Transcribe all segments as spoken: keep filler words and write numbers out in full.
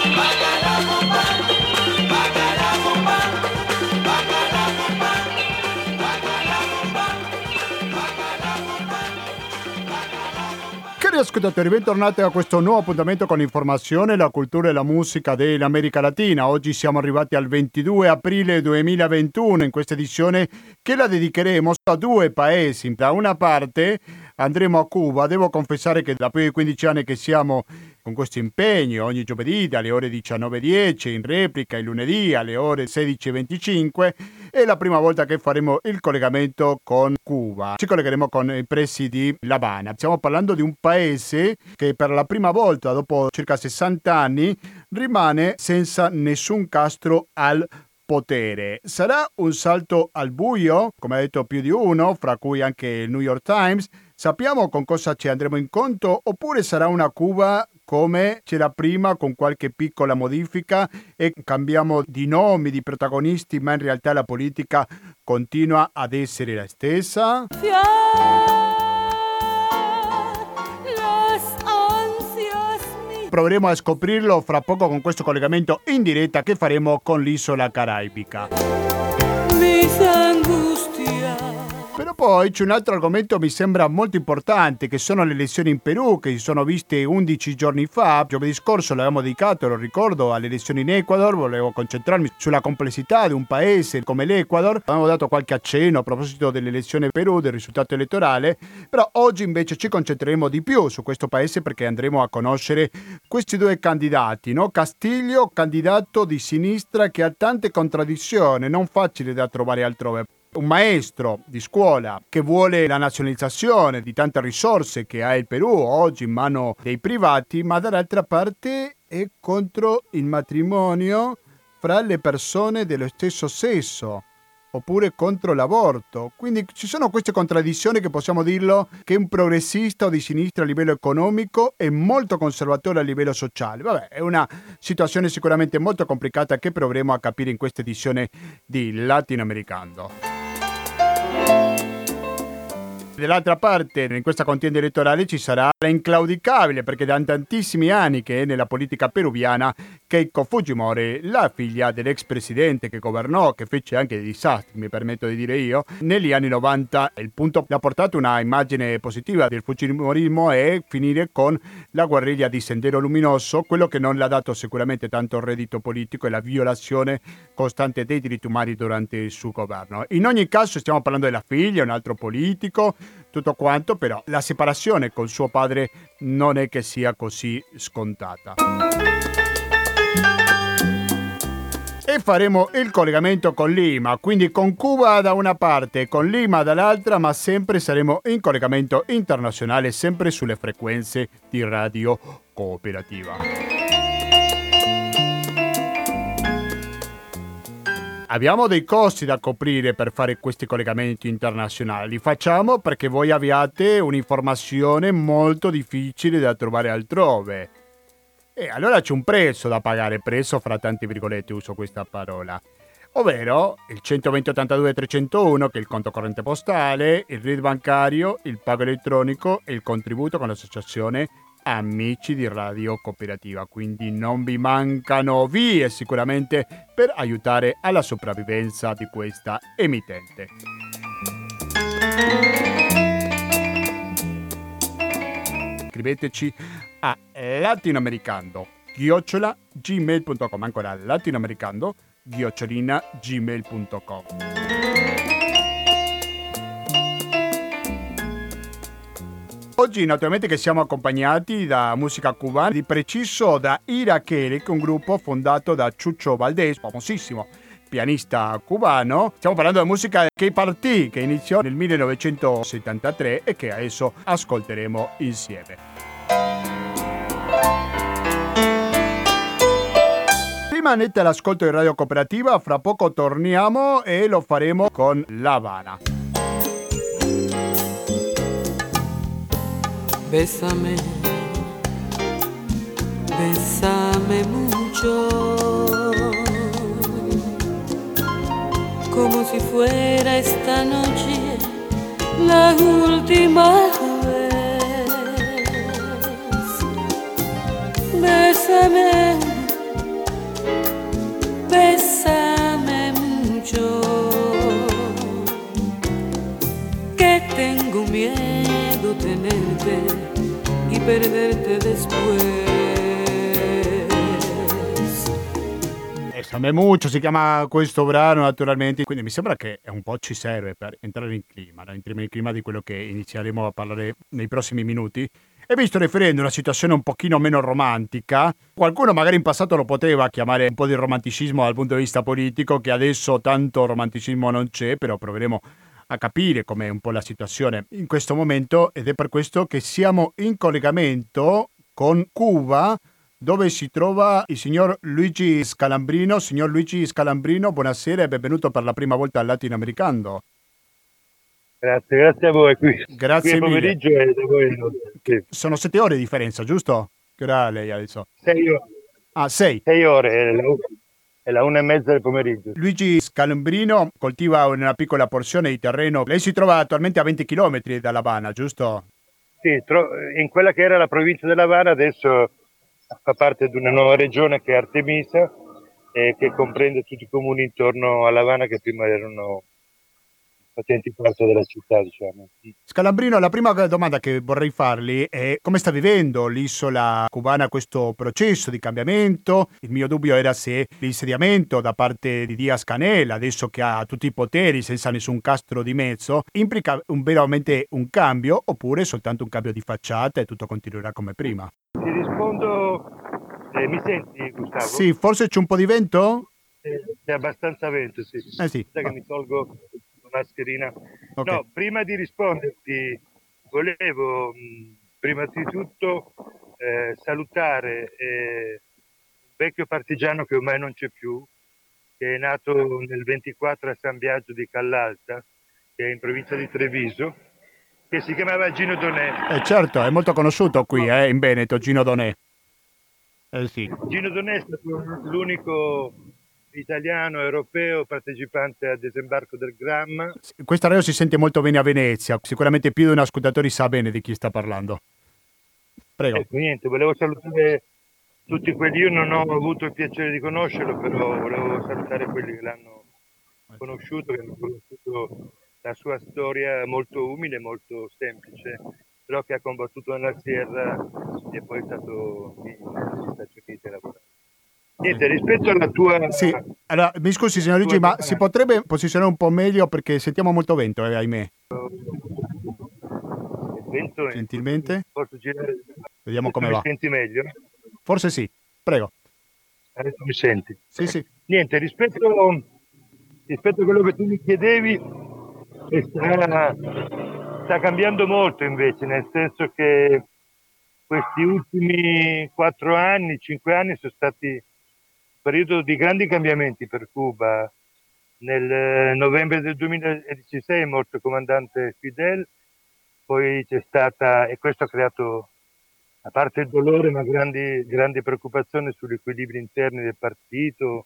Cari ascoltatori, bentornati a questo nuovo appuntamento con l'informazione, la cultura e la musica dell'America Latina. Oggi siamo arrivati al ventidue aprile duemilaventuno in questa edizione che la dedicheremo a due paesi. Da una parte andremo a Cuba. Devo confessare che da più di quindici anni che siamo con questo impegno, ogni giovedì dalle ore diciannove e dieci, in replica il lunedì alle ore sedici e venticinque, è la prima volta che faremo il collegamento con Cuba. Ci collegheremo con i pressi di L'Habana. Stiamo parlando di un paese che per la prima volta dopo circa sessanta anni rimane senza nessun Castro al potere. Sarà un salto al buio, come ha detto più di uno, fra cui anche il New York Times. Sappiamo con cosa ci andremo incontro, oppure sarà una Cuba come c'era prima, con qualche piccola modifica e cambiamo di nomi, di protagonisti, ma in realtà la politica continua ad essere la stessa? Proveremo a scoprirlo fra poco con questo collegamento in diretta che faremo con l'isola caraibica. Però poi c'è un altro argomento che mi sembra molto importante, che sono le elezioni in Perù, che si sono viste undici giorni fa. Giovedì scorso l'avevamo dedicato, lo ricordo, alle elezioni in Ecuador. Volevo concentrarmi sulla complessità di un paese come l'Ecuador. Avevamo dato qualche accenno a proposito delle elezioni in Perù, del risultato elettorale, però oggi invece ci concentreremo di più su questo paese perché andremo a conoscere questi due candidati, no? Castillo, candidato di sinistra che ha tante contraddizioni, non facili da trovare altrove. Un maestro di scuola che vuole la nazionalizzazione di tante risorse che ha il Perù oggi in mano dei privati, ma dall'altra parte è contro il matrimonio fra le persone dello stesso sesso, oppure contro l'aborto. Quindi ci sono queste contraddizioni che possiamo dirlo che un progressista o di sinistra a livello economico è molto conservatore a livello sociale. Vabbè, è una situazione sicuramente molto complicata che proveremo a capire in questa edizione di Latinoamericano. Dall'altra parte, in questa contienda elettorale ci sarà la inclaudicabile, perché da tantissimi anni che è nella politica peruviana, Keiko Fujimori, la figlia dell'ex presidente che governò, che fece anche dei disastri, mi permetto di dire io, negli anni novanta. Il punto che ha portato una immagine positiva del Fujimorismo è finire con la guerriglia di Sendero Luminoso. Quello che non le ha dato sicuramente tanto reddito politico è la violazione costante dei diritti umani durante il suo governo. In ogni caso stiamo parlando della figlia, un altro politico, tutto quanto, però la separazione con suo padre non è che sia così scontata. E faremo il collegamento con Lima, quindi con Cuba da una parte e con Lima dall'altra, ma sempre saremo in collegamento internazionale, sempre sulle frequenze di Radio Cooperativa. Abbiamo dei costi da coprire per fare questi collegamenti internazionali. Li facciamo perché voi abbiate un'informazione molto difficile da trovare altrove. E allora c'è un prezzo da pagare, prezzo fra tante virgolette, uso questa parola. Ovvero il centoventi ottantadue trecentouno, che è il conto corrente postale, il R I D bancario, il pago elettronico e il contributo con l'associazione Amici di Radio Cooperativa. Quindi non vi mancano vie sicuramente per aiutare alla sopravvivenza di questa emittente. Scriveteci a latinoamericano chiocciola gmail punto com, ancora latinoamericano chiocciolina gmail punto com. Oggi naturalmente che siamo accompagnati da musica cubana, di preciso da Irakere, che è un gruppo fondato da Chucho Valdés, famosissimo pianista cubano. Stiamo parlando di musica che partì, che iniziò nel millenovecentosettantatré e che adesso ascolteremo insieme. Rimanete all'ascolto di Radio Cooperativa, fra poco torniamo e lo faremo con L'Habana. Bésame, bésame mucho, como si fuera esta noche la última vez. Bésame, Bésame mucho si chiama questo brano naturalmente, quindi mi sembra che un po' ci serve per entrare in clima, no? Entriamo in clima di quello che inizieremo a parlare nei prossimi minuti. E mi sto riferendo a una situazione un pochino meno romantica. Qualcuno magari in passato lo poteva chiamare un po' di romanticismo dal punto di vista politico, che adesso tanto romanticismo non c'è, però proveremo a capire com'è un po' la situazione in questo momento, ed è per questo che siamo in collegamento con Cuba, dove si trova il signor Luigi Scalambrino. Signor Luigi Scalambrino, buonasera e benvenuto per la prima volta al Latinoamericano. Grazie, grazie a voi. Qui, qui è Grazie mille. pomeriggio e da voi no. Sì. Sono sette ore di differenza, giusto? Che ora ha lei adesso? Sei, ore. Ah, sei. Sei ore, è la, è la una e mezza del pomeriggio. Luigi Scalambrino coltiva una piccola porzione di terreno. Lei si trova attualmente a venti chilometri da La Habana, giusto? Sì, tro- in quella che era la provincia della Habana adesso fa parte di una nuova regione che è Artemisa, e che comprende tutti i comuni intorno alla Habana che prima erano facenti parte della città, diciamo. Scalambrino, la prima domanda che vorrei fargli è come sta vivendo l'isola cubana questo processo di cambiamento. Il mio dubbio era se l'insediamento da parte di Díaz-Canel, adesso che ha tutti i poteri senza nessun castro di mezzo, implica un, veramente un cambio oppure soltanto un cambio di facciata e tutto continuerà come prima. Ti rispondo, eh, mi senti Gustavo? Sì, forse c'è un po' di vento? Eh, c'è abbastanza vento, sì. Eh sì. Sai che mi tolgo la mascherina. Okay. No, prima di risponderti volevo mh, prima di tutto eh, salutare eh, un vecchio partigiano che ormai non c'è più, che è nato nel ventiquattro a San Biagio di Callalta, che è in provincia di Treviso, che si chiamava Gino Donè. Eh certo, è molto conosciuto qui, eh, in Veneto, Gino Donè. Eh sì. Gino Donè è stato l'unico italiano europeo partecipante al disembarco del Gramma. Questa radio si sente molto bene a Venezia, sicuramente più di un ascoltatore sa bene di chi sta parlando. Prego. Ecco, niente, volevo salutare tutti quelli, io non ho avuto il piacere di conoscerlo, però volevo salutare quelli che l'hanno conosciuto, che hanno conosciuto la sua storia molto umile, molto semplice, però che ha combattuto nella Sierra e poi è stato negli Stati Uniti a lavorare. Niente, rispetto alla tua... Sì, allora, mi scusi signor Luigi, ma si potrebbe posizionare un po' meglio perché sentiamo molto vento, eh, ahimè. Vento, gentilmente. Posso girare? Vediamo come mi va. Mi senti meglio? Forse sì, prego. Adesso mi senti? Sì, sì. Niente, rispetto, rispetto a quello che tu mi chiedevi, sta, sta cambiando molto invece, nel senso che questi ultimi quattro anni, cinque anni sono stati un periodo di grandi cambiamenti per Cuba. Nel novembre del duemiladiciassei è morto il comandante Fidel, poi c'è stata, e questo ha creato, a parte il dolore, ma grandi, grandi preoccupazioni sugli equilibri interni del partito,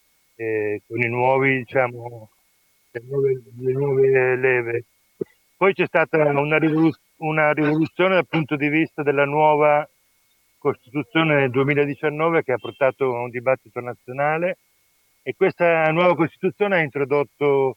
eh, con i nuovi, diciamo, le nuove, le nuove leve. Poi c'è stata una, rivoluz- una rivoluzione dal punto di vista della nuova Costituzione nel duemiladiciannove che ha portato a un dibattito nazionale, e questa nuova Costituzione ha introdotto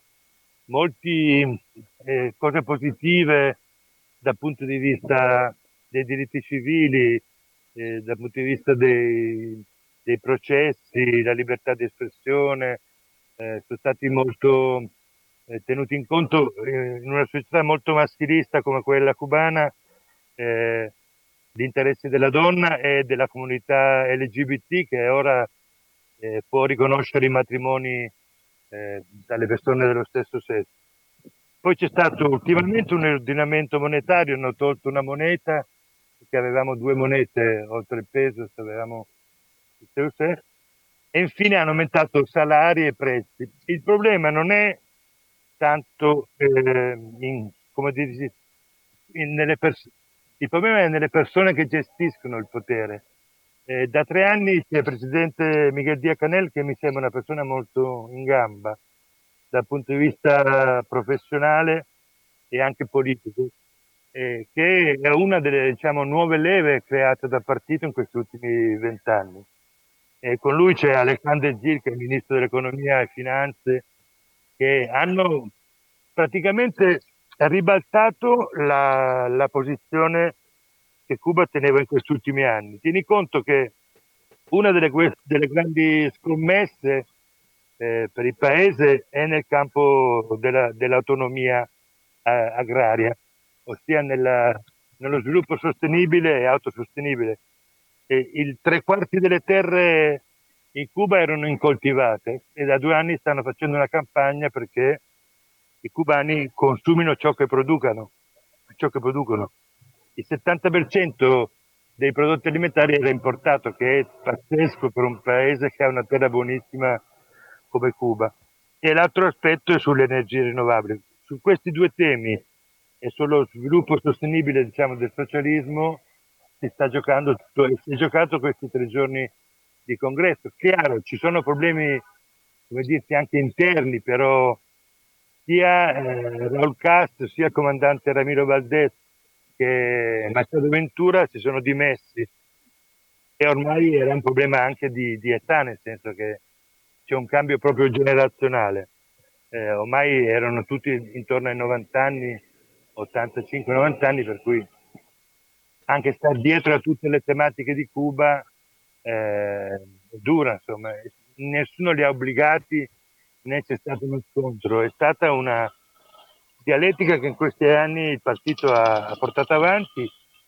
molte eh, cose positive dal punto di vista dei diritti civili, eh, dal punto di vista dei, dei processi, la libertà di espressione, eh, sono stati molto eh, tenuti in conto eh, in una società molto maschilista come quella cubana, eh, gli interessi della donna e della comunità L G B T, che ora eh, può riconoscere i matrimoni eh, dalle persone dello stesso sesso. Poi c'è stato ultimamente un ordinamento monetario, hanno tolto una moneta, perché avevamo due monete oltre il peso, avevamo il C U S E, e infine hanno aumentato salari e prezzi. Il problema non è tanto eh, in, come dire, in, nelle pers- il problema è nelle persone che gestiscono il potere. Eh, da tre anni c'è il presidente Miguel Díaz-Canel, che mi sembra una persona molto in gamba dal punto di vista professionale e anche politico, eh, che è una delle, diciamo, nuove leve create dal partito in questi ultimi vent'anni. E con lui c'è Alejandro Gil, che è il ministro dell'economia e finanze, che hanno praticamente ribaltato la, la posizione che Cuba teneva in questi ultimi anni. Tieni conto che una delle, delle grandi scommesse eh, per il paese è nel campo della, dell'autonomia eh, agraria, ossia nella, nello sviluppo sostenibile e autosostenibile. E il tre quarti delle terre in Cuba erano incoltivate e da due anni stanno facendo una campagna perché i cubani consumino ciò che producano, ciò che producono. Il settanta per cento dei prodotti alimentari era importato, che è pazzesco per un paese che ha una terra buonissima come Cuba. E l'altro aspetto è sulle energie rinnovabili. Su questi due temi e sullo sviluppo sostenibile, diciamo, del socialismo si sta giocando tutto, e si è giocato questi tre giorni di congresso. Chiaro, ci sono problemi, come dirti, anche interni, però sia eh, Raul Castro, sia il comandante Ramiro Valdés che Machado Ventura si sono dimessi, e ormai era un problema anche di, di età, nel senso che c'è un cambio proprio generazionale. Eh, ormai erano tutti intorno ai novanta anni, ottantacinque novanta anni, per cui anche stare dietro a tutte le tematiche di Cuba eh, è dura, insomma. Nessuno li ha obbligati, né c'è stato uno scontro, è stata una dialettica che in questi anni il partito ha, ha portato avanti,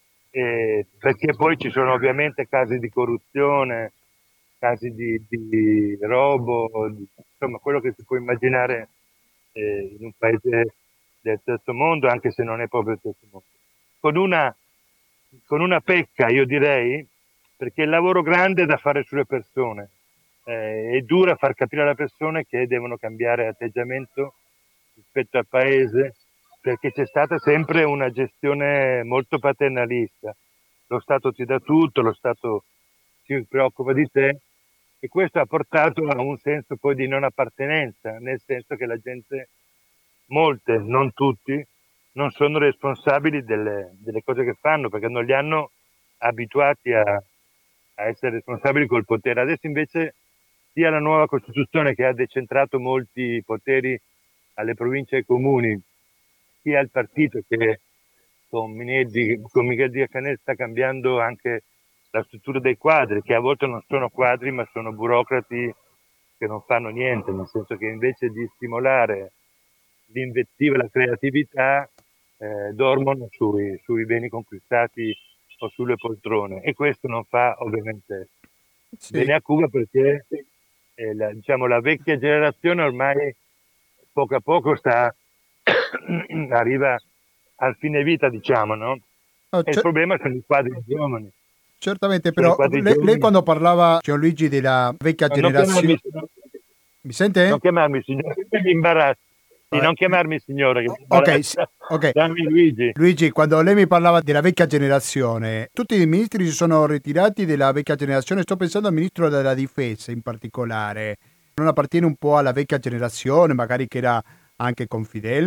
eh, perché poi ci sono ovviamente casi di corruzione, casi di, di robo, di, insomma quello che si può immaginare eh, in un paese del terzo mondo, anche se non è proprio il terzo mondo. Con una, con una pecca, io direi, perché il lavoro grande è da fare sulle persone. Eh, è dura far capire alle persone che devono cambiare atteggiamento rispetto al paese, perché c'è stata sempre una gestione molto paternalista. Lo Stato ti dà tutto, lo Stato si preoccupa di te, e questo ha portato a un senso poi di non appartenenza, nel senso che la gente, molte, non tutti, non sono responsabili delle, delle cose che fanno, perché non li hanno abituati a, a essere responsabili col potere. Adesso invece sia la nuova Costituzione, che ha decentrato molti poteri alle province e ai comuni, sia il partito che con, Minelli, con Miguel Díaz-Canel sta cambiando anche la struttura dei quadri, che a volte non sono quadri ma sono burocrati che non fanno niente, nel senso che invece di stimolare l'invettiva e la creatività eh, dormono sui, sui beni conquistati o sulle poltrone, e questo non fa ovviamente Sì. bene a Cuba, perché eh, la, diciamo, la vecchia generazione ormai poco a poco sta arriva al fine vita, diciamo, no? No, E il cer- problema sono i quadri giovani. certamente, Sono i però quadri lei, lei giovani. quando parlava, Gianluigi, della vecchia No, non chiamarmi, generazione... Mi sente? non chiamarmi signore, che mi imbarazza. Sì, Vabbè. non chiamarmi signore, che mi Ok, sì, imbarazza. ok. Dammi Luigi. Luigi, quando lei mi parlava della vecchia generazione, tutti i ministri si sono ritirati della vecchia generazione, sto pensando al ministro della difesa in particolare. Non appartiene un po' alla vecchia generazione, magari che era anche con Fidel?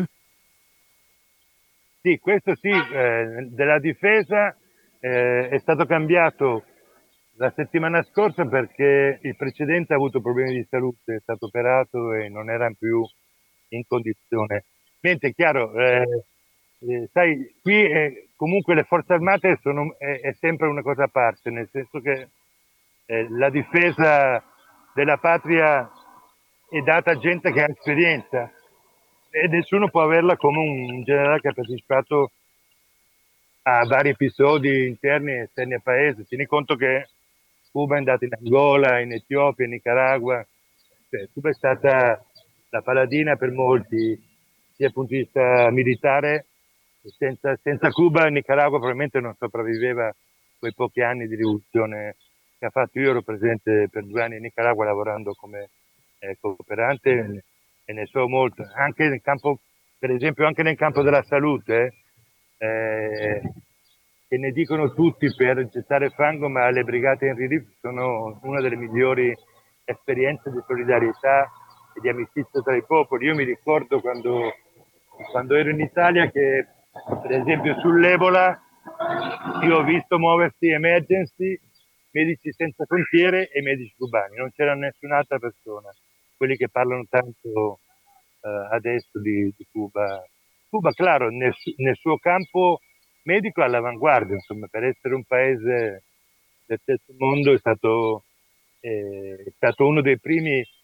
Sì, questo sì, eh, della difesa eh, è stato cambiato la settimana scorsa perché il precedente ha avuto problemi di salute, è stato operato e non era più in condizione. Mentre è chiaro, eh, eh, sai, qui eh, comunque le forze armate sono, è, è sempre una cosa a parte, nel senso che eh, la difesa della patria è data a gente che ha esperienza, e nessuno può averla come un generale che ha partecipato a vari episodi interni e esterni al paese. Tieni conto che Cuba è andata in Angola, in Etiopia, in Nicaragua. Cioè, Cuba è stata la paladina per molti, sia dal punto di vista militare. Senza, senza Cuba Nicaragua probabilmente non sopravviveva quei pochi anni di rivoluzione che ha fatto. Io ero presente per due anni in Nicaragua lavorando come eh, cooperante, e ne so molto, anche nel campo, per esempio anche nel campo della salute, eh, che ne dicono tutti per gettare fango, ma le brigate in relief sono una delle migliori esperienze di solidarietà e di amicizia tra i popoli. Io mi ricordo quando, quando ero in Italia che, per esempio, sull'Ebola io ho visto muoversi Emergency, Medici Senza Frontiere e medici cubani, non c'era nessun'altra persona, quelli che parlano tanto eh, adesso di, di Cuba. Cuba, claro, nel, nel suo campo medico all'avanguardia, insomma, per essere un paese del terzo mondo è stato, eh, è stato uno dei primi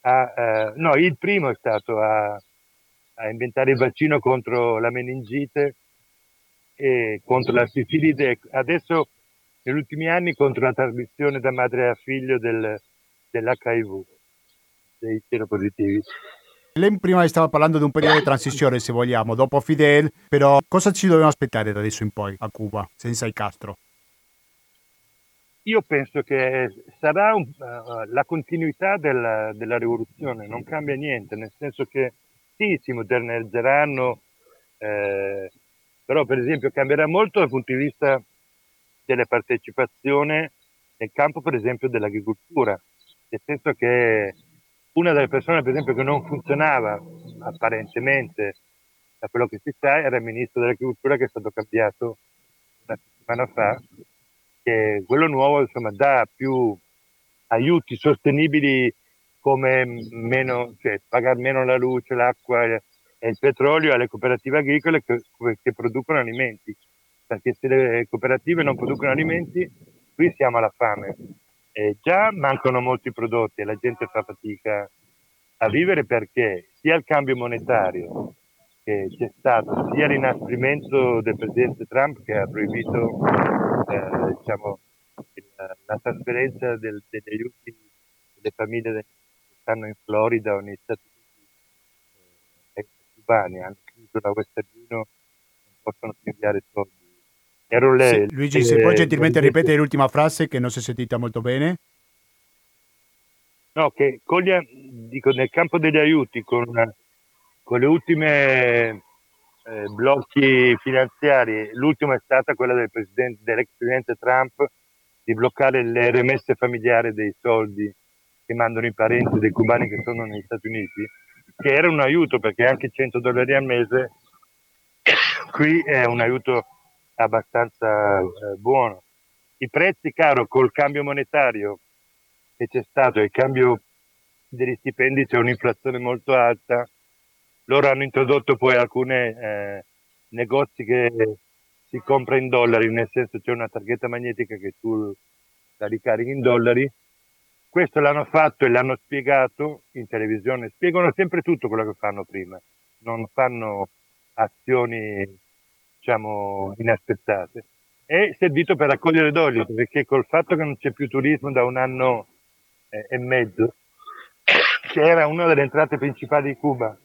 a, eh, no, il primo è stato a, a inventare il vaccino contro la meningite e contro la sifilide, adesso negli ultimi anni contro la trasmissione da madre a figlio del, dell'H I V, dei sieropositivi. Lei prima stava parlando di un periodo di transizione, se vogliamo, dopo Fidel, però cosa ci dobbiamo aspettare da adesso in poi a Cuba, senza il Castro? Io penso che sarà un, uh, la continuità della, della rivoluzione, non cambia niente, nel senso che sì, si modernizzeranno, eh, però per esempio cambierà molto dal punto di vista della partecipazione nel campo per esempio dell'agricoltura, nel senso che una delle persone per esempio che non funzionava apparentemente, da quello che si sa, era il ministro dell'agricoltura che è stato cambiato una settimana fa, che quello nuovo insomma dà più aiuti sostenibili come meno, cioè pagare meno la luce, l'acqua e il petrolio alle cooperative agricole che, che producono alimenti, perché se le cooperative non producono alimenti qui siamo alla fame. E già mancano molti prodotti e la gente fa fatica a vivere perché sia il cambio monetario che c'è stato, sia l'inasprimento del presidente Trump che ha proibito eh, diciamo, la, la trasferenza del, degli aiuti delle famiglie che stanno in Florida o negli Stati Uniti, eh, ai cubani, hanno chiuso la Western Union, non possono più inviare soldi. Ero Sì, le, Luigi, le, se puoi gentilmente le, ripetere l'ultima frase che non si è sentita molto bene. No, che con gli, dico, nel campo degli aiuti, con, con le ultime eh, blocchi finanziari, l'ultima è stata quella del presidente, dell'ex presidente Trump di bloccare le remesse familiari dei soldi che mandano i parenti dei cubani che sono negli Stati Uniti, che era un aiuto perché anche cento dollari al mese qui è un aiuto abbastanza eh, buono. I prezzi, caro, col cambio monetario che c'è stato e il cambio degli stipendi, c'è un'inflazione molto alta. Loro hanno introdotto poi alcuni eh, negozi che si compra in dollari, nel senso c'è una targhetta magnetica che tu la ricarichi in dollari. Questo l'hanno fatto e l'hanno spiegato in televisione. Spiegano sempre tutto quello che fanno prima, non fanno azioni, diciamo, inaspettate. È servito per raccogliere dollari, perché col fatto che non c'è più turismo da un anno eh, e mezzo, che era una delle entrate principali di Cuba,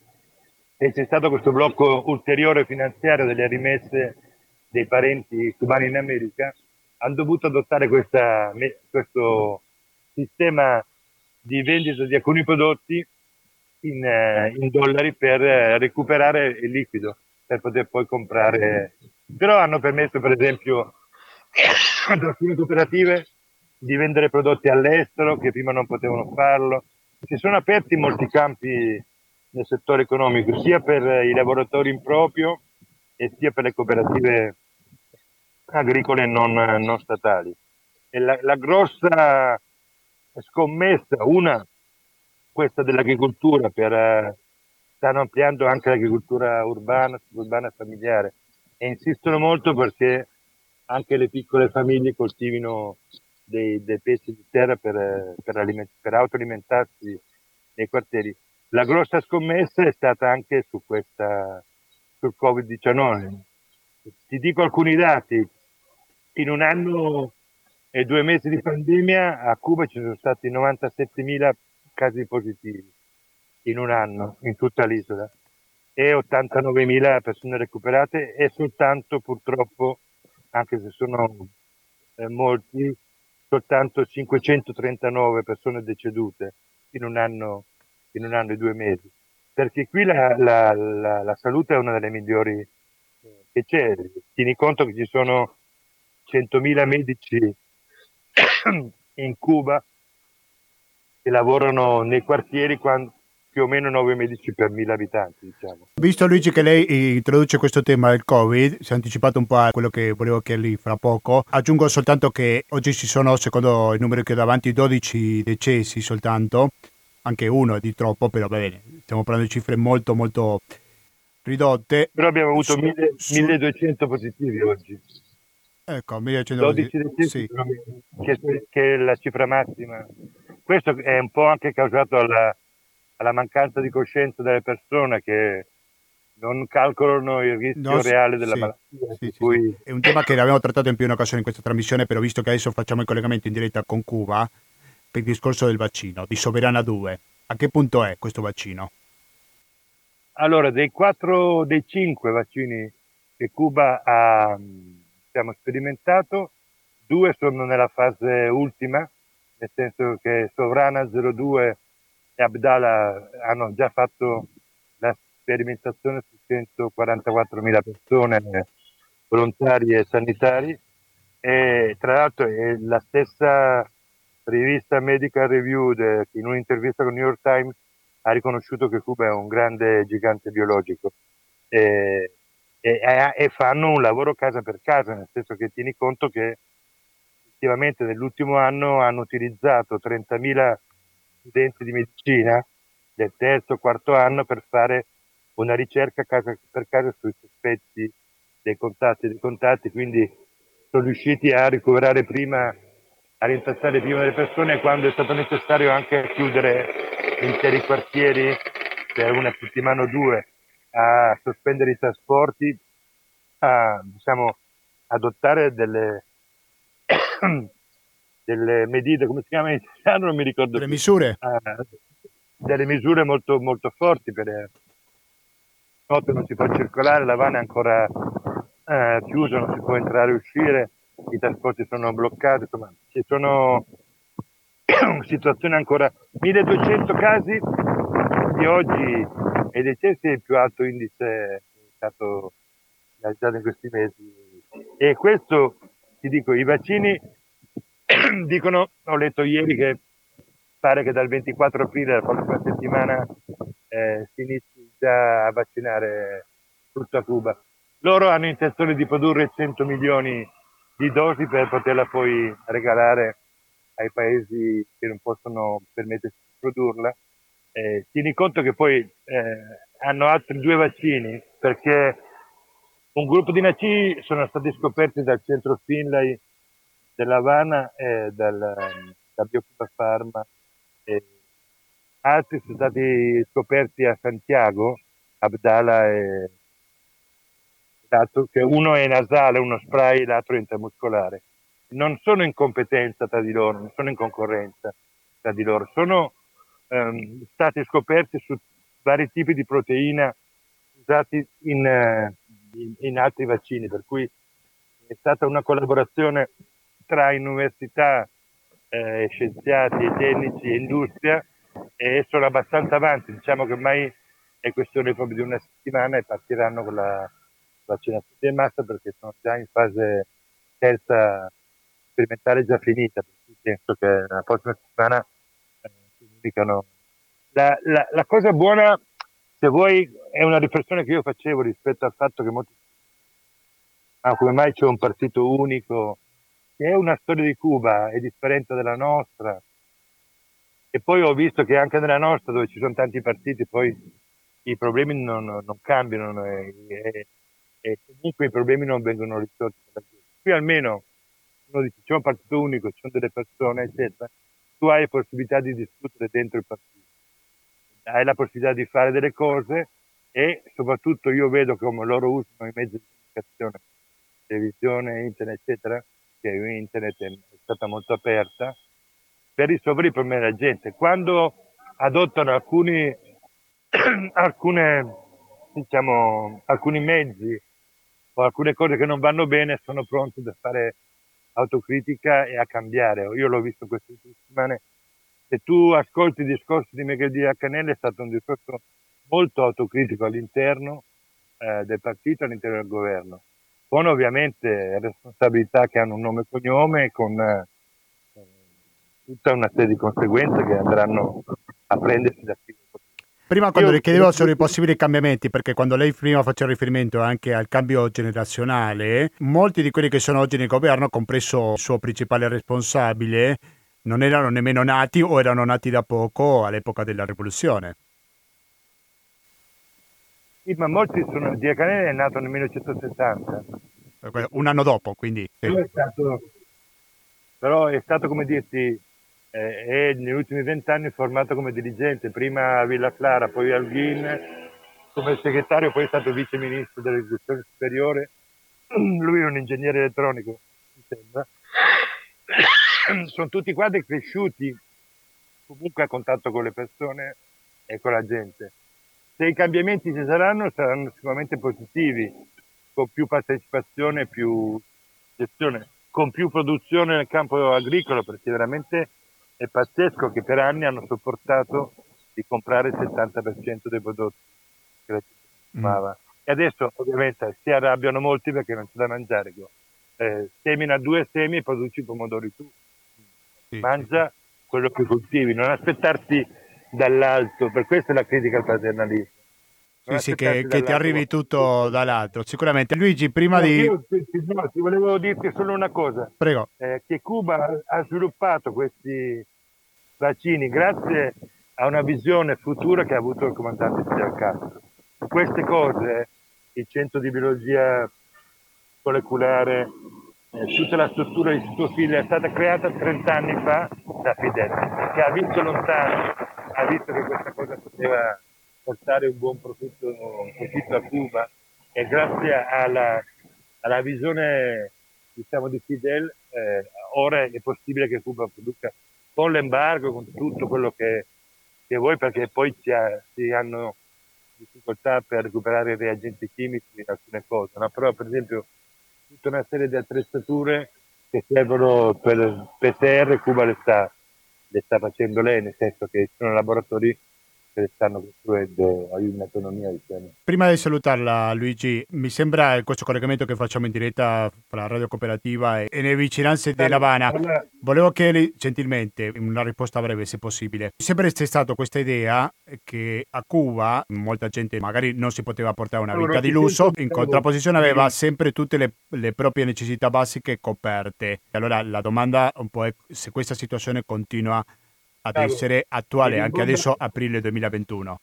e c'è stato questo blocco ulteriore finanziario delle rimesse dei parenti cubani in America, hanno dovuto adottare questa, questo sistema di vendita di alcuni prodotti in, eh, in dollari per eh, recuperare il liquido, per poter poi comprare. Però hanno permesso per esempio ad alcune cooperative di vendere prodotti all'estero che prima non potevano farlo. Si sono aperti molti campi nel settore economico, sia per i lavoratori in proprio e sia per le cooperative agricole non, non statali. E la, la grossa scommessa, una, questa dell'agricoltura, per, eh, stanno ampliando anche l'agricoltura urbana, suburbana e familiare, e insistono molto perché anche le piccole famiglie coltivino dei, dei pezzi di terra per, per, aliment- per autoalimentarsi nei quartieri. La grossa scommessa è stata anche su questa, sul covid diciannove. Ti dico alcuni dati. In un anno e due mesi di pandemia a Cuba ci sono stati novantasettemila casi positivi in un anno in tutta l'isola e ottantanovemila persone recuperate e soltanto purtroppo, anche se sono eh, molti, soltanto cinquecentotrentanove persone decedute in un anno, in un anno e due mesi. Perché qui la, la, la, la salute è una delle migliori eh, che c'è. Tieni conto che ci sono centomila medici in Cuba che lavorano nei quartieri, quando, più o meno nove medici per mille abitanti, diciamo. Visto Luigi che lei introduce questo tema del Covid, si è anticipato un po' a quello che volevo chiedergli fra poco. Aggiungo soltanto che oggi ci sono, secondo il numero che ho davanti, dodici decessi soltanto, anche uno è di troppo, però va bene, stiamo parlando di cifre molto molto ridotte. Però abbiamo avuto su, mille, su... milleduecento positivi oggi. Ecco, milleduecento dodici decessi, sì. che, che è la cifra massima questo è un po' anche causato alla, alla mancanza di coscienza delle persone che non calcolano il rischio No, reale della sì, malattia. sì, Per sì, sì. cui È un tema che l'abbiamo trattato in più una occasione in questa trasmissione, però visto che adesso facciamo il collegamento in diretta con Cuba per il discorso del vaccino, di Soberana due, a che punto è questo vaccino? allora, dei quattro, dei cinque vaccini che Cuba ha diciamo, sperimentato, due sono nella fase ultima, nel senso che Sovrana zero due e Abdala hanno già fatto la sperimentazione su centoquarantaquattromila persone, volontari e sanitari, e tra l'altro è la stessa rivista Medical Review de, in un'intervista con New York Times ha riconosciuto che Cuba è un grande gigante biologico e, e, e fanno un lavoro casa per casa, nel senso che tieni conto che effettivamente nell'ultimo anno hanno utilizzato trentamila studenti di medicina del terzo o quarto anno per fare una ricerca casa per casa sui sospetti dei contatti dei contatti, quindi sono riusciti a ricoverare prima, a rintracciare prima le persone, quando è stato necessario anche chiudere interi quartieri per una settimana o due, a sospendere i trasporti, a diciamo adottare delle delle medite, come si chiama in italiano, non mi ricordo Delle più, misure? uh, delle misure molto, molto forti per notte non si può circolare, La Habana è ancora uh, chiusa, non si può entrare e uscire, i trasporti sono bloccati, insomma ci sono situazioni ancora milleduecento casi di oggi e decessi è il più alto indice è stato realizzato in questi mesi e questo ti dico, i vaccini dicono, ho letto ieri che pare che dal ventiquattro aprile, la prossima settimana, eh, si inizi già a vaccinare tutta Cuba. Loro hanno intenzione di produrre cento milioni di dosi per poterla poi regalare ai paesi che non possono permettersi di produrla. Eh, tieni conto che poi eh, hanno altri due vaccini perché un gruppo di naci sono stati scoperti dal centro Finlay della Habana e dal, da BioCuba Pharma. E altri sono stati scoperti a Santiago, Abdala e l'altro, che uno è nasale, uno spray, l'altro è intramuscolare. Non sono in competenza tra di loro, non sono in concorrenza tra di loro, sono ehm, stati scoperti su vari tipi di proteina usati in, eh, in, in altri vaccini, per cui è stata una collaborazione tra università, eh, scienziati e tecnici e industria e sono abbastanza avanti, diciamo che ormai è questione proprio di una settimana e partiranno con la vaccinazione di massa perché sono già in fase terza sperimentale già finita, per cui penso che la prossima settimana eh, si indicano. La, la, la cosa buona, se vuoi, è una riflessione che io facevo rispetto al fatto che molti ah, come mai c'è un partito unico, che è una storia di Cuba, è differente dalla nostra. E poi ho visto che anche nella nostra, dove ci sono tanti partiti, poi i problemi non, non cambiano e, e, e comunque i problemi non vengono risolti. Qui almeno uno dice c'è un partito unico, ci sono delle persone, eccetera. Tu hai la possibilità di discutere dentro il partito, hai la possibilità di fare delle cose e soprattutto io vedo come loro usano i mezzi di comunicazione, televisione, internet, eccetera, che internet è stata molto aperta, per risolvere i problemi della gente. Quando adottano alcuni, alcune, diciamo, alcuni mezzi o alcune cose che non vanno bene, sono pronti a fare autocritica e a cambiare. Io l'ho visto queste settimane. Se tu ascolti i discorsi di Miguel Díaz-Canel, è stato un discorso molto autocritico all'interno eh, del partito, all'interno del governo, con ovviamente responsabilità che hanno un nome e cognome, con eh, tutta una serie di conseguenze che andranno a prendersi da qui. Prima quando Io, le chiedevo sobre i possibili cambiamenti, perché quando lei prima faceva riferimento anche al cambio generazionale, molti di quelli che sono oggi nel governo, compreso il suo principale responsabile, non erano nemmeno nati o erano nati da poco all'epoca della rivoluzione. Sì, ma molti sono... Díaz-Canel è nato nel millenovecentosettanta. Un anno dopo, quindi... Sì. Però, è stato, però è stato, come dirti, eh, e negli ultimi vent'anni formato come dirigente, prima a Villa Clara, poi al G I N, come segretario, poi è stato vice ministro dell'istruzione superiore. Lui è un ingegnere elettronico, mi sembra. Sono tutti quadri cresciuti comunque a contatto con le persone e con la gente. Se i cambiamenti ci saranno, saranno sicuramente positivi, con più partecipazione, più gestione, con più produzione nel campo agricolo, perché veramente è pazzesco che per anni hanno sopportato di comprare il settanta per cento dei prodotti che la gente consumava. Mm. E adesso ovviamente si arrabbiano molti perché non c'è da mangiare. Eh, semina due semi e produci i pomodori tu. Sì, mangia sì. Quello che coltivi, non aspettarti dall'alto, per questo è la critica al paternalismo. Sì, sì, che, che ti arrivi tutto dall'altro, sicuramente. Luigi, prima no, di... Io ti, no, ti volevo dirti solo una cosa. Prego. Eh, che Cuba ha sviluppato questi vaccini grazie a una visione futura che ha avuto il comandante Fidel Castro. Queste cose, il centro di biologia molecolare, eh, tutta la struttura di suo figlio è stata creata trent'anni fa da Fidel, che ha visto lontano, ha visto che questa cosa poteva portare un buon profitto, un profitto a Cuba, e grazie alla, alla visione, diciamo, di Fidel eh, ora è possibile che Cuba produca con l'embargo, con tutto quello che, che vuoi, perché poi si, ha, si hanno difficoltà per recuperare i reagenti chimici in alcune cose, no? Però per esempio tutta una serie di attrezzature che servono per P C R Cuba le sta, le sta facendo lei, nel senso che ci sono laboratori che le stanno costruendo in autonomia, diciamo. Prima di salutarla, Luigi, mi sembra questo collegamento che facciamo in diretta fra Radio Cooperativa e le vicinanze dell'Havana. Volevo chiederle gentilmente una risposta breve, se possibile. Sempre c'è stata questa idea che a Cuba molta gente magari non si poteva portare una vita di lusso, in contrapposizione aveva sempre tutte le, le proprie necessità basiche coperte. Allora la domanda un po' è se questa situazione continua ad essere attuale anche adesso, aprile duemilaventuno.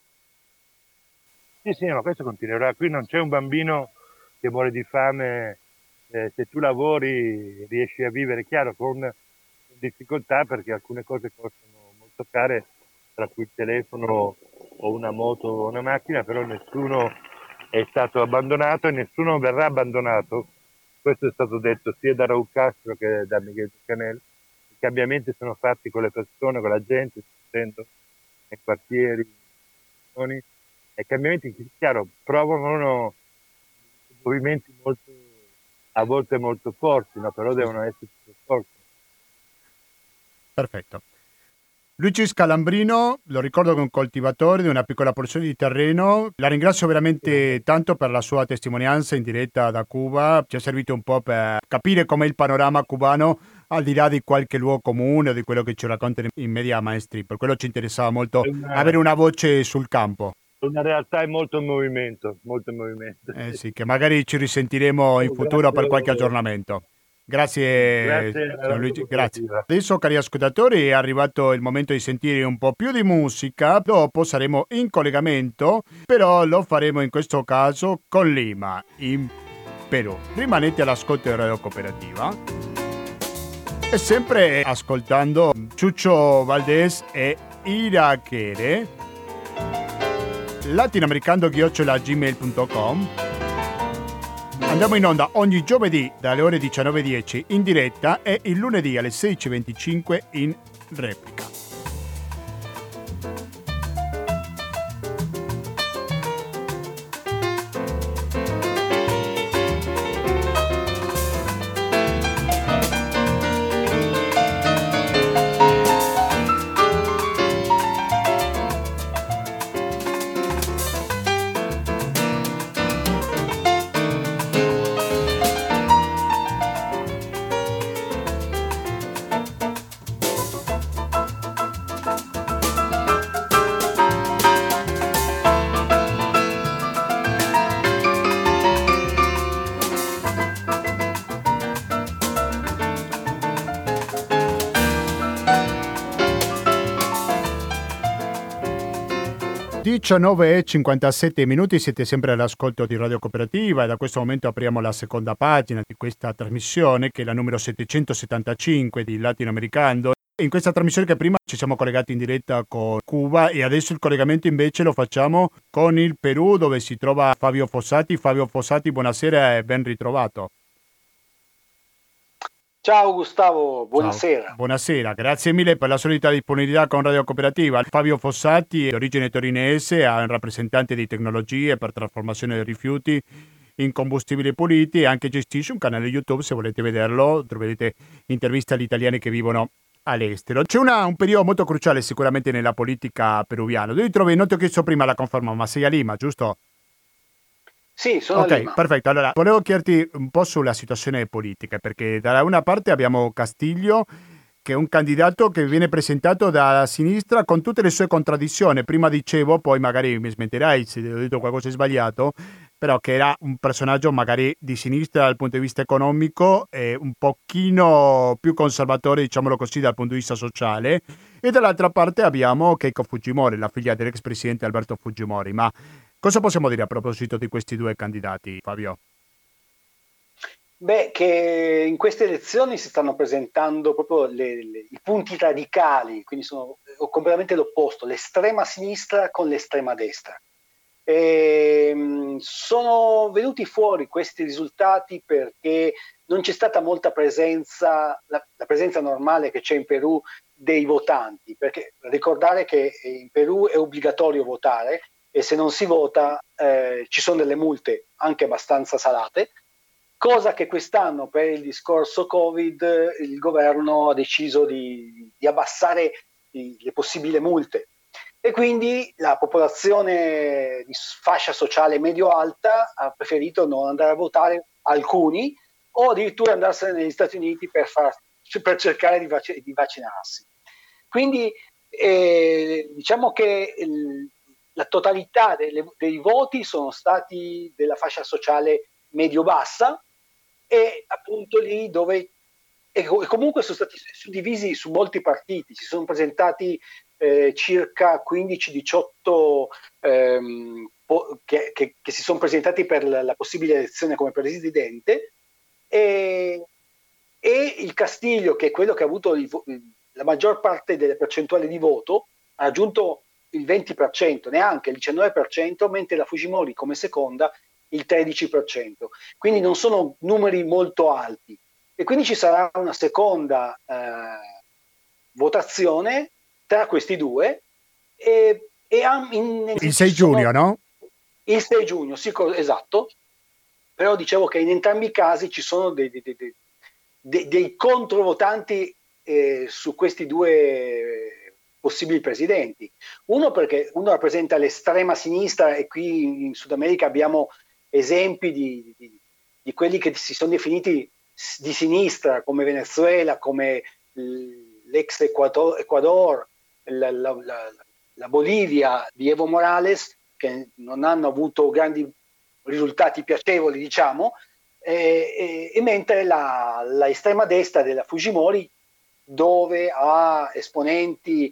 Sì, sì, ma questo continuerà. Qui non c'è un bambino che muore di fame, eh, se tu lavori riesci a vivere, chiaro, con difficoltà, perché alcune cose costano molto care, tra cui il telefono o una moto o una macchina, però nessuno è stato abbandonato e nessuno verrà abbandonato. Questo è stato detto sia da Raúl Castro che da Miguel Canel. I cambiamenti sono fatti con le persone, con la gente, nei quartieri, nei e i cambiamenti, chiaro, provocano movimenti molto, a volte molto forti, no? Però devono essere forti. Perfetto. Luigi Scalambrino, lo ricordo che è un coltivatore di una piccola porzione di terreno. La ringrazio veramente tanto per la sua testimonianza in diretta da Cuba. Ci è servito un po' per capire com'è il panorama cubano, al di là di qualche luogo comune o di quello che ci raccontano in media maestri. Per quello ci interessava molto una... avere una voce sul campo. Una realtà in molto movimento, molto movimento. Eh sì, che magari ci risentiremo in futuro per qualche aggiornamento. Grazie, grazie, signor Luigi, grazie. Adesso, cari ascoltatori, è arrivato il momento di sentire un po' più di musica. Dopo saremo in collegamento, però lo faremo in questo caso con Lima, in Perù. Rimanete all'ascolto di Radio Cooperativa e sempre ascoltando Chucho Valdés e Irakere, latinoamericano chiocciola gmail punto com. Andiamo in onda ogni giovedì dalle ore diciannove e dieci in diretta e il lunedì alle sedici e venticinque in replica. diciannove e cinquantasette minuti, siete sempre all'ascolto di Radio Cooperativa e da questo momento apriamo la seconda pagina di questa trasmissione che è la numero settecentosettantacinque di Latinoamericano. In questa trasmissione che prima ci siamo collegati in diretta con Cuba e adesso il collegamento invece lo facciamo con il Perù dove si trova Fabio Fossati. Fabio Fossati, buonasera e ben ritrovato. Ciao Gustavo, buonasera. Ciao. Buonasera, grazie mille per la solita disponibilità con Radio Cooperativa. Fabio Fossati, di origine torinese, è un rappresentante di tecnologie per trasformazione dei rifiuti in combustibili puliti e anche gestisce un canale YouTube, se volete vederlo, troverete interviste agli italiani che vivono all'estero. C'è una, un periodo molto cruciale sicuramente nella politica peruviana. Dove ti trovi? Non ti ho chiesto prima la conferma, ma sei a Lima, giusto? Sì, sono Ok, a Lima. perfetto. Allora, volevo chiederti un po' sulla situazione politica, perché da una parte abbiamo Castillo, che è un candidato che viene presentato dalla sinistra con tutte le sue contraddizioni. Prima dicevo, poi magari mi smetterai se ho detto qualcosa di sbagliato, però che era un personaggio magari di sinistra dal punto di vista economico e un pochino più conservatore, diciamolo così, dal punto di vista sociale. E dall'altra parte abbiamo Keiko Fujimori, la figlia dell'ex presidente Alberto Fujimori. Ma cosa possiamo dire a proposito di questi due candidati, Fabio? Beh, che in queste elezioni si stanno presentando proprio le, le, i punti radicali, quindi sono completamente l'opposto, l'estrema sinistra con l'estrema destra. E, sono venuti fuori questi risultati perché non c'è stata molta presenza, la, la presenza normale che c'è in Perù dei votanti, perché ricordare che in Perù è obbligatorio votare e se non si vota eh, ci sono delle multe anche abbastanza salate, cosa che quest'anno per il discorso Covid il governo ha deciso di, di abbassare i, le possibili multe. E quindi la popolazione di fascia sociale medio-alta ha preferito non andare a votare, alcuni, o addirittura andarsene negli Stati Uniti per, far, per cercare di, vac- di vaccinarsi. Quindi eh, diciamo che il, la totalità delle, dei voti sono stati della fascia sociale medio-bassa e appunto lì dove e comunque sono stati suddivisi su molti partiti, si sono presentati eh, circa quindici diciotto ehm, po- che, che, che si sono presentati per la, la possibile elezione come presidente e, e il Castillo, che è quello che ha avuto il, la maggior parte delle percentuali di voto, ha raggiunto il venti per cento, neanche il diciannove per cento, mentre la Fujimori come seconda il tredici per cento. Quindi non sono numeri molto alti. E quindi ci sarà una seconda eh, votazione tra questi due. E, e in, il sei giugno, no? Il sei giugno, sì, esatto. Però dicevo che in entrambi i casi ci sono dei, dei, dei, dei, dei controvotanti eh, su questi due possibili presidenti. Uno perché uno rappresenta l'estrema sinistra e qui in Sud America abbiamo esempi di, di, di quelli che si sono definiti di sinistra come Venezuela, come l'ex Ecuador, Ecuador la, la, la, la Bolivia di Evo Morales, che non hanno avuto grandi risultati piacevoli, diciamo, e, e, e mentre la, la estrema destra della Fujimori, dove ha esponenti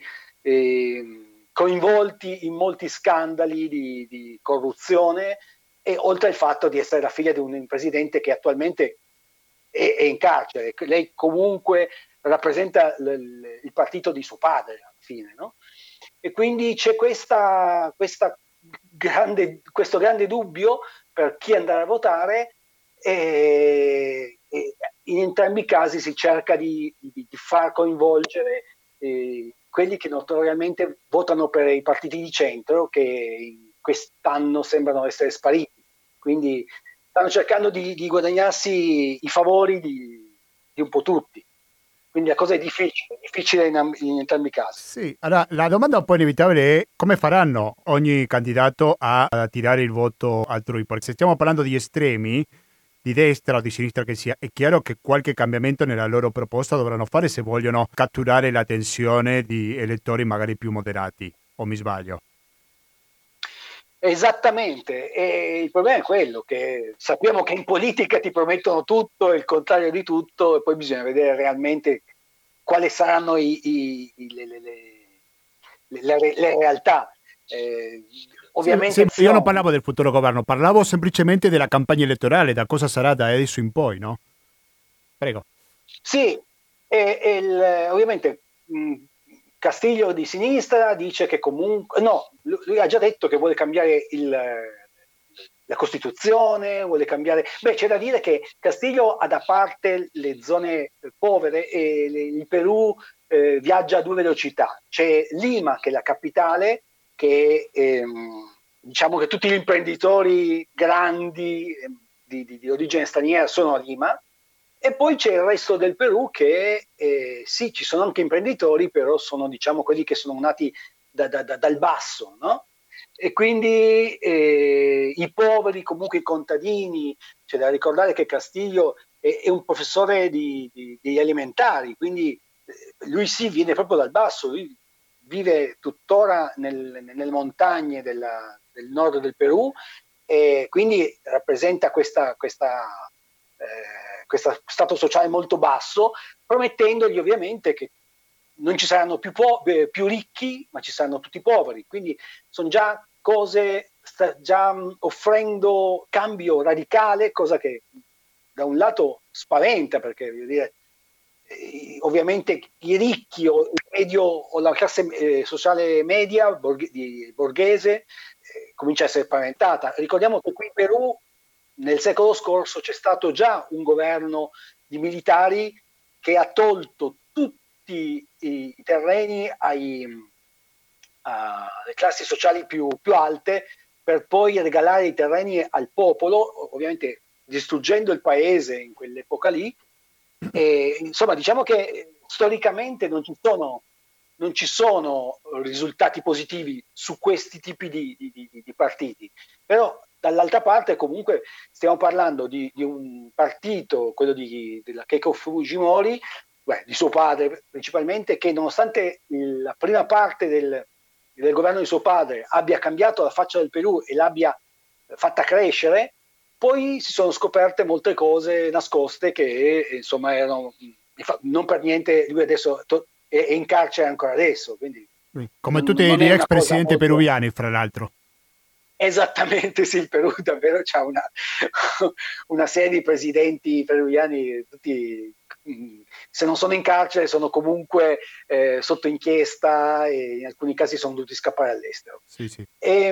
eh, coinvolti in molti scandali di, di corruzione, e oltre al fatto di essere la figlia di un presidente che attualmente è, è in carcere. Lei comunque rappresenta l, l, il partito di suo padre alla fine, no? E quindi c'è questa, questa grande, questo grande dubbio per chi andare a votare e, e in entrambi i casi si cerca di, di, di far coinvolgere eh, quelli che notoriamente votano per i partiti di centro, che quest'anno sembrano essere spariti, quindi stanno cercando di, di guadagnarsi i favori di, di un po' tutti. Quindi la cosa è difficile, difficile in, in entrambi i casi. Sì, allora la domanda un po' inevitabile è come faranno ogni candidato a, a tirare il voto altrui, perché se stiamo parlando di estremi, di destra o di sinistra che sia, è chiaro che qualche cambiamento nella loro proposta dovranno fare se vogliono catturare l'attenzione di elettori magari più moderati, o mi sbaglio? Esattamente, e il problema è quello che sappiamo che in politica ti promettono tutto e il contrario di tutto e poi bisogna vedere realmente quali saranno i, i, i, le, le, le, le, le realtà. Eh, ovviamente sì, io non parlavo del futuro governo, parlavo semplicemente della campagna elettorale, da cosa sarà da adesso in poi, no? Prego. Sì, e, e il, ovviamente mh, Castiglio di sinistra dice che comunque, no, lui ha già detto che vuole cambiare il, la Costituzione, vuole cambiare, beh c'è da dire che Castiglio ha da parte le zone povere e le, il Perù eh, viaggia a due velocità, c'è Lima che è la capitale, che ehm, diciamo che tutti gli imprenditori grandi eh, di, di, di origine straniera sono a Lima, e poi c'è il resto del Perù che eh, sì, ci sono anche imprenditori, però sono diciamo quelli che sono nati da, da, da, dal basso, no? E quindi eh, i poveri, comunque i contadini, c'è da ricordare che Castiglio è, è un professore di, di, di elementari, quindi eh, lui sì viene proprio dal basso, lui vive tuttora nel, nelle montagne della, del nord del Perù, e quindi rappresenta questa, questa eh, questo stato sociale molto basso, promettendogli ovviamente che non ci saranno più, po- eh, più ricchi, ma ci saranno tutti poveri. Quindi sono già cose, sta già mh, offrendo cambio radicale, cosa che da un lato spaventa, perché voglio dire, eh, ovviamente i ricchi o il medio o la classe eh, sociale media borghe- di, borghese eh, comincia a essere spaventata. Ricordiamo che qui in Perù nel secolo scorso c'è stato già un governo di militari che ha tolto tutti i terreni ai, alle classi sociali più, più alte per poi regalare i terreni al popolo, ovviamente distruggendo il paese in quell'epoca lì. E, insomma, diciamo che storicamente non ci sono, non ci sono risultati positivi su questi tipi di, di, di, di partiti, però dall'altra parte comunque stiamo parlando di, di un partito, quello di, della Keiko Fujimori, beh, di suo padre principalmente, che nonostante la prima parte del, del governo di suo padre abbia cambiato la faccia del Perù e l'abbia fatta crescere, poi si sono scoperte molte cose nascoste che insomma erano non per niente, lui adesso è in carcere ancora adesso, quindi come non, tutti non gli ex presidenti molto... peruviani fra l'altro. Esattamente, sì, il Perù davvero c'ha una, una serie di presidenti peruviani, tutti, se non sono in carcere sono comunque eh, sotto inchiesta e in alcuni casi sono dovuti scappare all'estero. Sì, sì.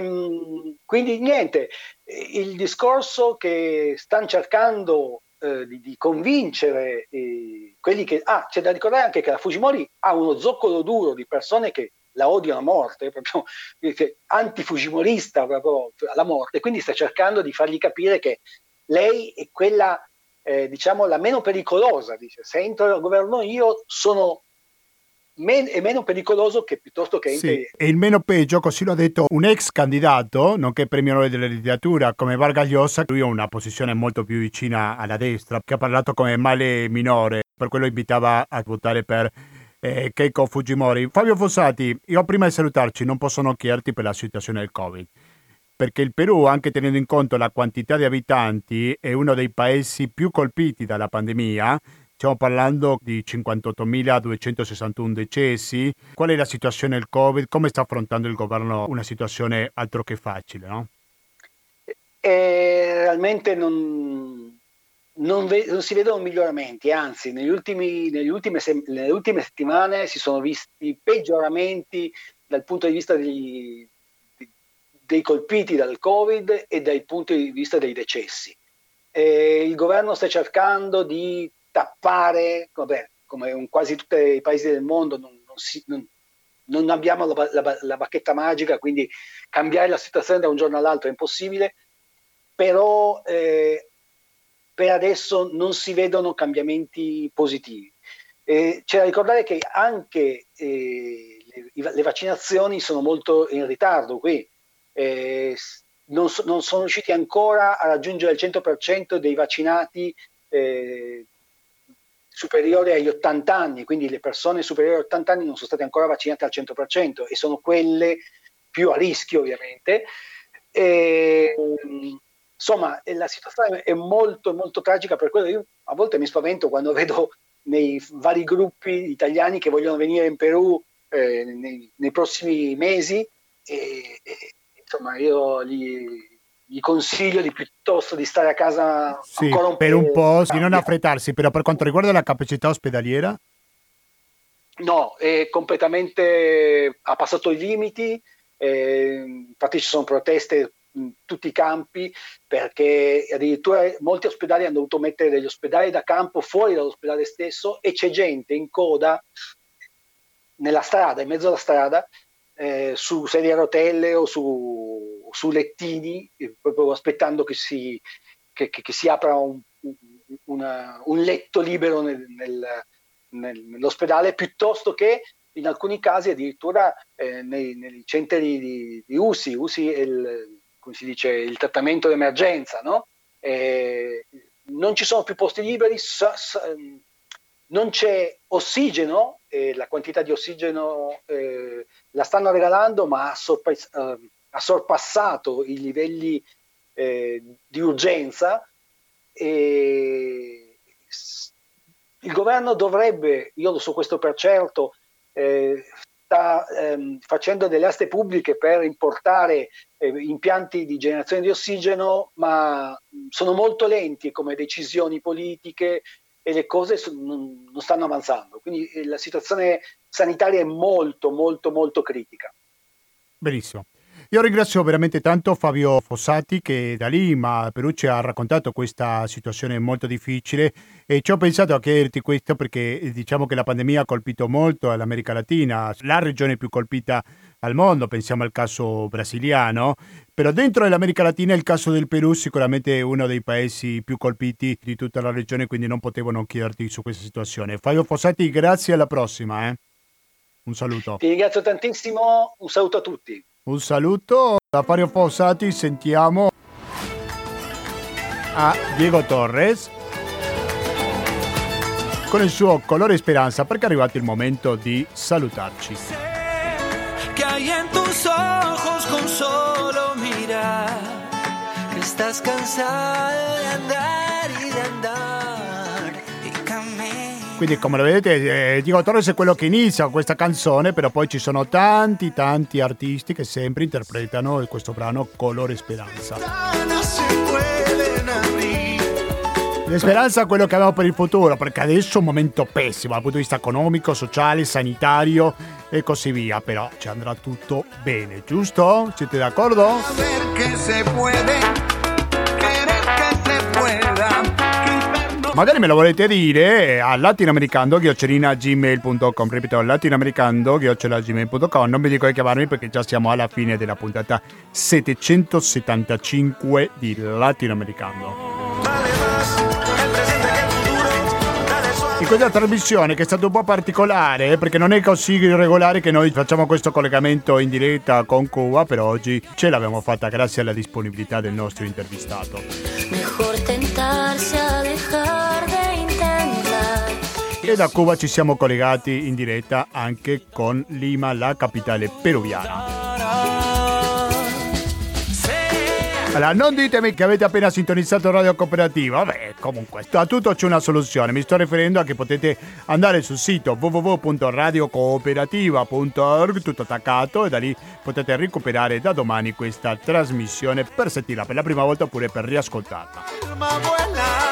E, quindi niente, il discorso che stanno cercando eh, di, di convincere eh, quelli che... Ah, c'è da ricordare anche che la Fujimori ha uno zoccolo duro di persone che la odiano a morte, proprio anti-fujimorista proprio alla morte, quindi sta cercando di fargli capire che lei è quella, eh, diciamo, la meno pericolosa, dice, se entro al governo io sono men- è meno pericoloso che piuttosto che sì, entri... e il meno peggio, così l'ha detto un ex candidato, nonché premio Nobel della letteratura come Vargas Llosa. Lui ha una posizione molto più vicina alla destra, che ha parlato come male minore, per quello invitava a votare per Eh, Keiko Fujimori. Fabio Fossati, io prima di salutarci non posso non chiederti per la situazione del Covid, perché il Perù, anche tenendo in conto la quantità di abitanti, è uno dei paesi più colpiti dalla pandemia. Stiamo parlando di cinquantottomiladuecentosessantuno decessi. Qual è la situazione del Covid? Come sta affrontando il governo una situazione altro che facile, no? Eh, realmente non... Non, ve- non si vedono miglioramenti, anzi negli ultimi, negli ultime se- nelle ultime settimane si sono visti peggioramenti dal punto di vista degli, di, dei colpiti dal Covid e dal punto di vista dei decessi. Eh, il governo sta cercando di tappare, vabbè, come in quasi tutti i paesi del mondo non, non, si, non, non abbiamo la, la, la bacchetta magica, quindi cambiare la situazione da un giorno all'altro è impossibile, però eh, per adesso non si vedono cambiamenti positivi. Eh, c'è da ricordare che anche eh, le, le vaccinazioni sono molto in ritardo qui, eh, non, so, non sono riusciti ancora a raggiungere il cento per cento dei vaccinati eh, superiori agli ottanta anni, quindi le persone superiori agli ottanta anni non sono state ancora vaccinate al cento per cento e sono quelle più a rischio ovviamente. E, insomma, la situazione è molto molto tragica, per quello io a volte mi spavento quando vedo nei vari gruppi italiani che vogliono venire in Perù eh, nei, nei prossimi mesi e, e insomma io gli, gli consiglio di piuttosto di stare a casa sì, ancora un per po', un po', di non affrettarsi. Però per quanto riguarda la capacità ospedaliera? No, è completamente, ha passato i limiti, eh, infatti ci sono proteste in tutti i campi, perché addirittura molti ospedali hanno dovuto mettere degli ospedali da campo fuori dall'ospedale stesso, e c'è gente in coda nella strada, in mezzo alla strada, eh, su sedie a rotelle o su, su lettini, eh, proprio aspettando che si, che, che, che si apra un, una, un letto libero nel, nel, nel, nell'ospedale, piuttosto che in alcuni casi addirittura eh, nei, nei centri di, di U S I. U S I è il, come si dice, il trattamento d'emergenza, no? Eh, non ci sono più posti liberi, sa, sa, non c'è ossigeno, eh, la quantità di ossigeno eh, la stanno regalando, ma ha, sorpass- eh, ha sorpassato i livelli eh, di urgenza, e il governo dovrebbe, io lo so questo per certo, eh, sta ehm, facendo delle aste pubbliche per importare eh, impianti di generazione di ossigeno, ma sono molto lenti come decisioni politiche, e le cose non, non stanno avanzando, quindi la situazione sanitaria è molto molto molto critica. Benissimo. Io ringrazio veramente tanto Fabio Fossati, che da Lima, Perù, ci ha raccontato questa situazione molto difficile, e ci ho pensato a chiederti questo perché diciamo che la pandemia ha colpito molto l'America Latina, la regione più colpita al mondo, pensiamo al caso brasiliano, però dentro dell'America Latina il caso del Perù sicuramente è uno dei paesi più colpiti di tutta la regione, quindi non potevo non chiederti su questa situazione. Fabio Fossati, grazie, alla prossima. Eh? Un saluto. Ti ringrazio tantissimo, un saluto a tutti. Un saluto da Fabio Fossati, sentiamo a Diego Torres con il suo Colore Speranza, perché è arrivato il momento di salutarci. Que hay en tus ojos con solo mirar, que estás cansado de andar y de andar y caminar. Quindi come lo vedete, eh, Diego Torres è quello che inizia questa canzone, però poi ci sono tanti tanti artisti che sempre interpretano questo brano Colore Speranza. La speranza è quello che abbiamo per il futuro, perché adesso è un momento pessimo dal punto di vista economico, sociale, sanitario e così via, però ci andrà tutto bene, giusto? Siete d'accordo? Magari me lo volete dire a latinoamericano chiocciola gmail punto com, ripeto, latinoamericano chiocciola gmail punto com. Non mi dico di chiamarmi perché già siamo alla fine della puntata settecentosettantacinque di Latinoamericano. In questa trasmissione, che è stata un po' particolare, perché non è così regolare che noi facciamo questo collegamento in diretta con Cuba, però oggi ce l'abbiamo fatta grazie alla disponibilità del nostro intervistato. E da Cuba ci siamo collegati in diretta anche con Lima, la capitale peruviana. Allora, non ditemi che avete appena sintonizzato Radio Cooperativa. Vabbè, comunque, a tutto c'è una soluzione. Mi sto riferendo a che potete andare sul sito w w w punto radio cooperativa punto org, tutto attaccato, e da lì potete recuperare da domani questa trasmissione per sentirla per la prima volta oppure per riascoltarla.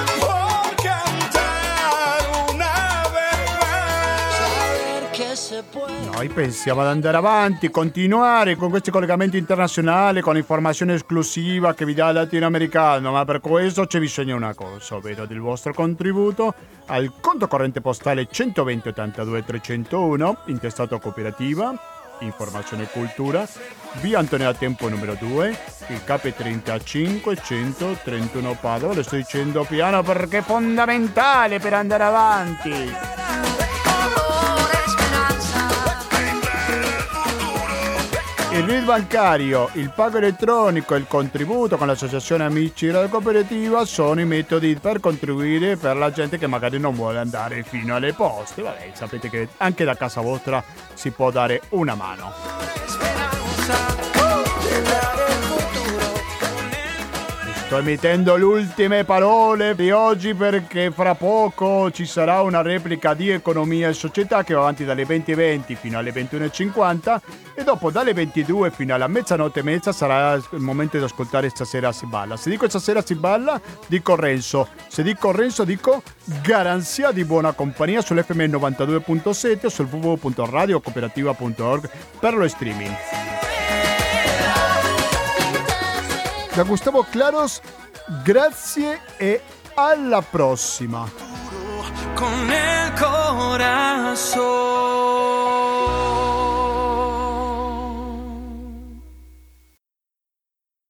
Noi pensiamo ad andare avanti, continuare con questi collegamenti internazionali, con informazione esclusiva che vi dà il latinoamericano, ma per questo c'è bisogno di una cosa, ovvero del vostro contributo al conto corrente postale centoventi ottantadue trecentouno, intestato Cooperativa, Informazione e Cultura, via Antonio Tempo numero due, il K trentacinque centotrentuno Padova. Lo sto dicendo piano perché è fondamentale per andare avanti. Il R I D bancario, il pago elettronico e il contributo con l'associazione Amici della Cooperativa sono i metodi per contribuire per la gente che magari non vuole andare fino alle poste. Vabbè, sapete che anche da casa vostra si può dare una mano. Sto emettendo le ultime parole di oggi perché fra poco ci sarà una replica di Economia e Società che va avanti dalle venti e venti fino alle ventuno e cinquanta e dopo dalle ventidue fino alla mezzanotte e mezza sarà il momento di ascoltare Stasera si balla. Se dico Stasera si balla dico Renzo, se dico Renzo dico garanzia di buona compagnia sull'F M novantadue virgola sette o sul w w w punto radio cooperativa punto org per lo streaming. Da Gustavo Claros, grazie e alla prossima. Con